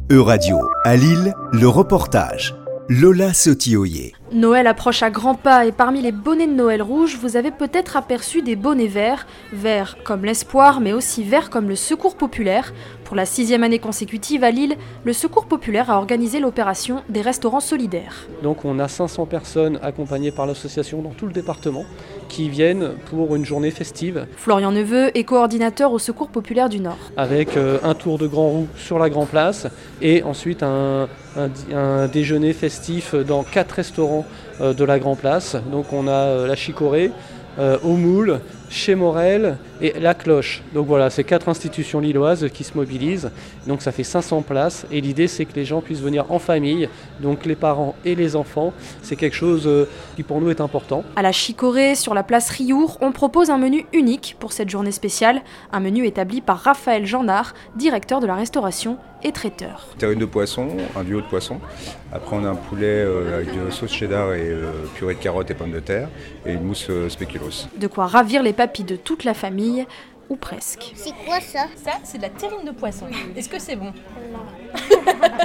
Euradio, à Lille, le reportage. Lola Sotioyer. Noël approche à grands pas et parmi les bonnets de Noël rouges, vous avez peut-être aperçu des bonnets verts. Verts comme l'espoir, mais aussi verts comme le Secours populaire. Pour la 6e année consécutive à Lille, le Secours populaire a organisé l'opération des restaurants solidaires. Donc on a 500 personnes accompagnées par l'association dans tout le département qui viennent pour une journée festive. Florian Neveu est coordinateur au Secours populaire du Nord. Avec un tour de Grand Roue sur la Grand Place et ensuite un déjeuner festif dans 4 restaurants de la Grand Place. Donc on a la Chicorée, au Moule, chez Morel et la Cloche. Donc voilà, c'est 4 institutions lilloises qui se mobilisent. Donc ça fait 500 places et l'idée c'est que les gens puissent venir en famille, donc les parents et les enfants. C'est quelque chose qui pour nous est important. À la Chicorée, sur la place Riour, on propose un menu unique pour cette journée spéciale. Un menu établi par Raphaël Jeannard, directeur de la restauration et traiteur. Terrine de poisson, un duo de poisson. Après on a un poulet avec de sauce cheddar et purée de carottes et pommes de terre et une mousse spéculoos. De quoi ravir les papilles de toute la famille, ou presque. C'est quoi ça ? Ça, c'est de la terrine de poisson. Est-ce que c'est bon ? Non.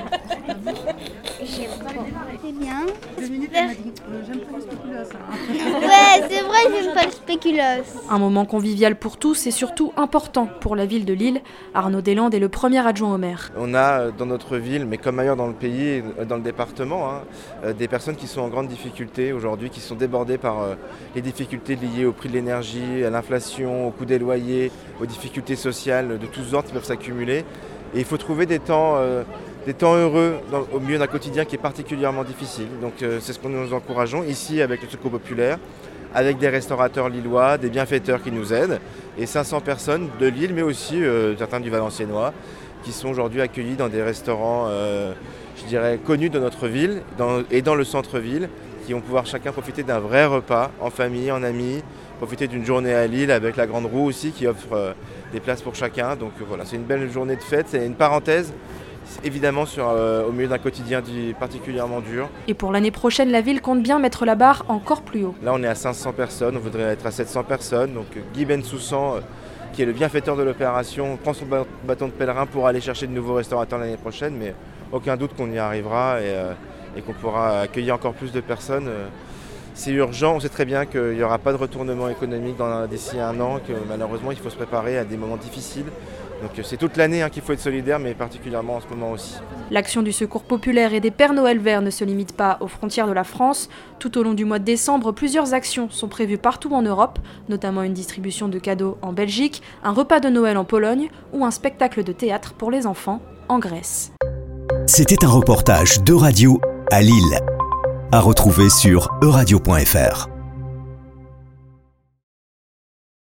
C'est bien. J'aime pas le spéculoos. Ouais, c'est vrai, j'aime pas le spéculoos. Un moment convivial pour tous et surtout important pour la ville de Lille. Arnaud Deslandes est le premier adjoint au maire. On a dans notre ville, mais comme ailleurs dans le pays, dans le département, des personnes qui sont en grande difficulté aujourd'hui, qui sont débordées par les difficultés liées au prix de l'énergie, à l'inflation, au coût des loyers, aux difficultés sociales de tous ordres qui peuvent s'accumuler. Et il faut trouver des temps heureux au milieu d'un quotidien qui est particulièrement difficile. Donc c'est ce que nous encourageons ici avec le Secours populaire, avec des restaurateurs lillois, des bienfaiteurs qui nous aident, et 500 personnes de Lille, mais aussi certains du Valenciennois, qui sont aujourd'hui accueillis dans des restaurants, je dirais, connus de notre ville et dans le centre-ville, qui vont pouvoir chacun profiter d'un vrai repas en famille, en amis, profiter d'une journée à Lille avec la Grande Roue aussi qui offre des places pour chacun. Donc voilà, c'est une belle journée de fête, c'est une parenthèse évidemment au milieu d'un quotidien particulièrement dur. Et pour l'année prochaine, la ville compte bien mettre la barre encore plus haut. Là on est à 500 personnes, on voudrait être à 700 personnes. Donc Guy Bensoussan, qui est le bienfaiteur de l'opération, prend son bâton de pèlerin pour aller chercher de nouveaux restaurateurs l'année prochaine, mais aucun doute qu'on y arrivera et qu'on pourra accueillir encore plus de personnes. C'est urgent, on sait très bien qu'il n'y aura pas de retournement économique d'ici un an, que malheureusement il faut se préparer à des moments difficiles. Donc c'est toute l'année qu'il faut être solidaire, mais particulièrement en ce moment aussi. L'action du Secours populaire et des Pères Noël verts ne se limite pas aux frontières de la France. Tout au long du mois de décembre, plusieurs actions sont prévues partout en Europe, notamment une distribution de cadeaux en Belgique, un repas de Noël en Pologne ou un spectacle de théâtre pour les enfants en Grèce. C'était un reportage d'Euradio à Lille. À retrouver sur euradio.fr.